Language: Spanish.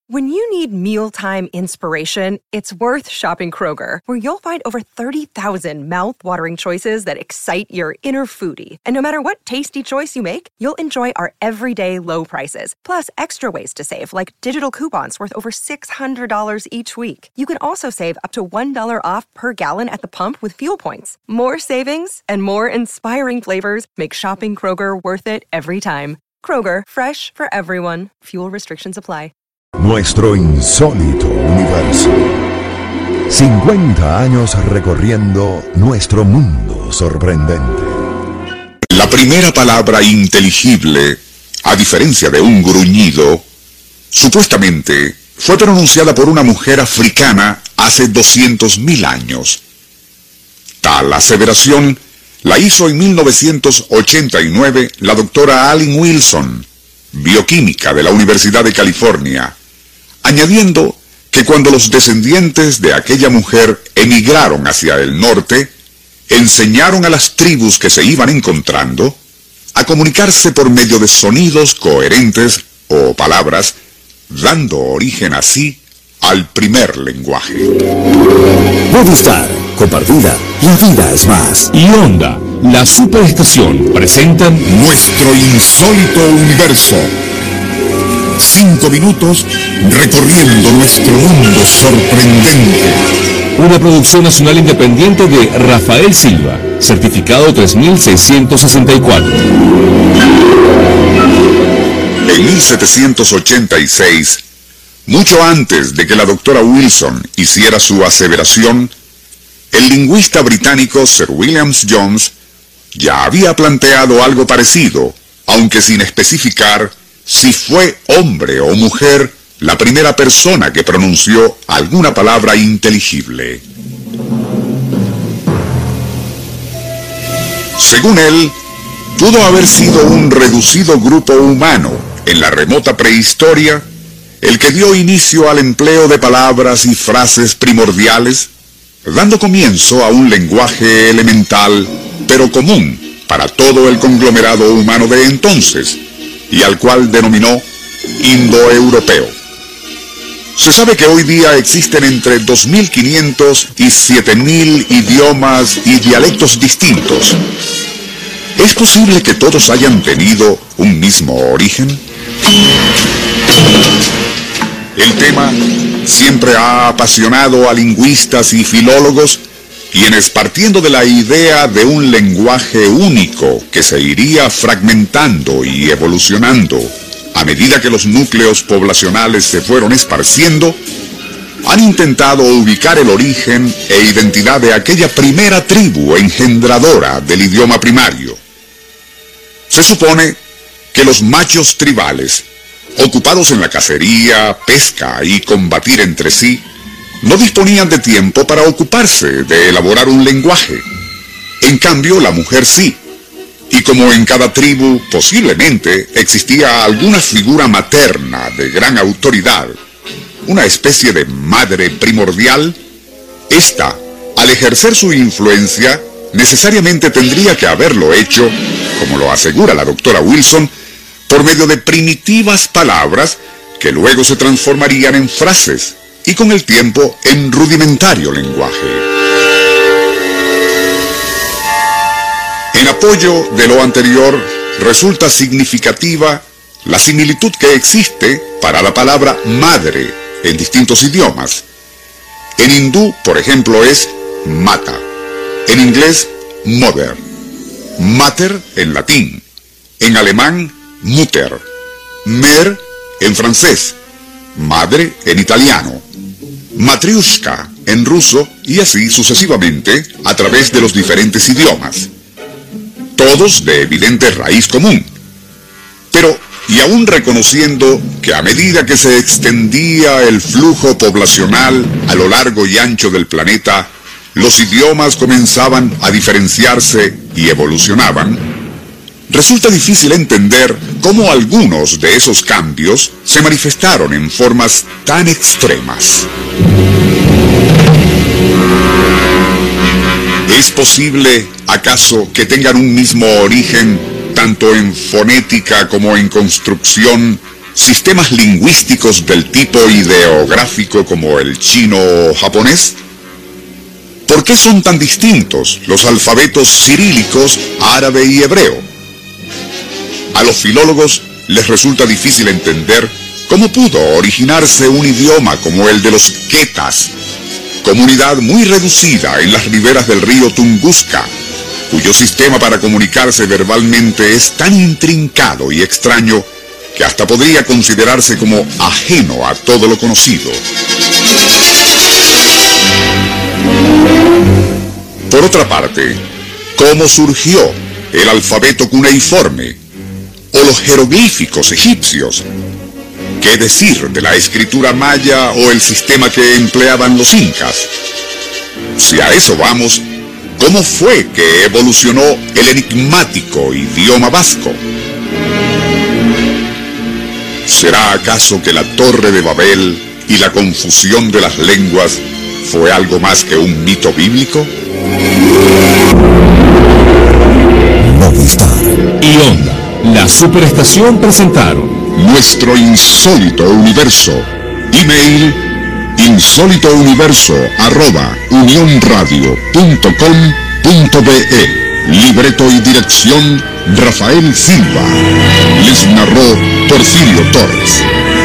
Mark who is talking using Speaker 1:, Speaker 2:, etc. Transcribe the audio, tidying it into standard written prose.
Speaker 1: When you need mealtime inspiration, it's worth shopping Kroger, where you'll find over 30,000 mouth-watering choices that excite your inner foodie. And no matter what tasty choice you make, you'll enjoy our everyday low prices, plus extra ways to save, like digital coupons worth over $600 each week. You can also save up to $1 off per gallon at the pump with fuel points. More savings and more inspiring flavors make shopping Kroger worth it every time. Kroger, fresh for everyone. Fuel restrictions apply.
Speaker 2: Nuestro insólito universo. 50 años recorriendo nuestro mundo sorprendente.
Speaker 3: La primera palabra inteligible, a diferencia de un gruñido, supuestamente fue pronunciada por una mujer africana hace 200.000 años. Tal aseveración la hizo en 1989 la doctora Allen Wilson, bioquímica de la Universidad de California, añadiendo que cuando los descendientes de aquella mujer emigraron hacia el norte, enseñaron a las tribus que se iban encontrando a comunicarse por medio de sonidos coherentes o palabras, dando origen así al primer lenguaje.
Speaker 4: Movistar, compartida, la vida es más.
Speaker 5: Y Honda, la superestación, presentan
Speaker 3: Nuestro insólito universo. 5 minutos recorriendo nuestro mundo sorprendente.
Speaker 5: una producción nacional independiente de Rafael Silva, certificado 3664.
Speaker 3: En 1786, mucho antes de que la doctora Wilson hiciera su aseveración, el lingüista británico Sir William Jones ya había planteado algo parecido, aunque sin especificar si fue hombre o mujer la primera persona que pronunció alguna palabra inteligible. Según él, pudo haber sido un reducido grupo humano en la remota prehistoria el que dio inicio al empleo de palabras y frases primordiales, dando comienzo a un lenguaje elemental, pero común para todo el conglomerado humano de entonces, y al cual denominó indoeuropeo. Se sabe que hoy día existen entre 2.500 y 7.000 idiomas y dialectos distintos. ¿Es posible que todos hayan tenido un mismo origen? El tema siempre ha apasionado a lingüistas y filólogos, quienes, partiendo de la idea de un lenguaje único que se iría fragmentando y evolucionando a medida que los núcleos poblacionales se fueron esparciendo, han intentado ubicar el origen e identidad de aquella primera tribu engendradora del idioma primario. Se supone que los machos tribales, ocupados en la cacería, pesca y combatir entre sí, no disponían de tiempo para ocuparse de elaborar un lenguaje. En cambio, la mujer sí. Y como en cada tribu posiblemente existía alguna figura materna de gran autoridad, una especie de madre primordial, ésta, al ejercer su influencia, necesariamente tendría que haberlo hecho, como lo asegura la doctora Wilson, por medio de primitivas palabras que luego se transformarían en frases y con el tiempo en rudimentario lenguaje. En apoyo de lo anterior, resulta significativa la similitud que existe para la palabra madre en distintos idiomas. En hindú, por ejemplo, es mata, en inglés mother, mater en latín, en alemán mutter, mer en francés, madre en italiano, matriushka en ruso y así sucesivamente a través de los diferentes idiomas, todos de evidente raíz común. Pero, y aún reconociendo que a medida que se extendía el flujo poblacional a lo largo y ancho del planeta, los idiomas comenzaban a diferenciarse y evolucionaban, resulta difícil entender cómo algunos de esos cambios se manifestaron en formas tan extremas. ¿Es posible, acaso, que tengan un mismo origen, tanto en fonética como en construcción, sistemas lingüísticos del tipo ideográfico como el chino-japonés? ¿Por qué son tan distintos los alfabetos cirílicos, árabe y hebreo? A los filólogos les resulta difícil entender cómo pudo originarse un idioma como el de los quetas, comunidad muy reducida en las riberas del río Tunguska, cuyo sistema para comunicarse verbalmente es tan intrincado y extraño que hasta podría considerarse como ajeno a todo lo conocido. Por otra parte, ¿cómo surgió el alfabeto cuneiforme o los jeroglíficos egipcios? ¿Qué decir de la escritura maya o el sistema que empleaban los incas? Si a eso vamos, ¿cómo fue que evolucionó el enigmático idioma vasco? ¿Será acaso que la Torre de Babel y la confusión de las lenguas fue algo más que un mito bíblico?
Speaker 4: Movistar
Speaker 5: y Onda, la superestación presentaron
Speaker 3: Nuestro insólito universo. Email insólitouniverso@unionradio.com.be. Libreto y dirección Rafael Silva. Les narró Porfirio Torres.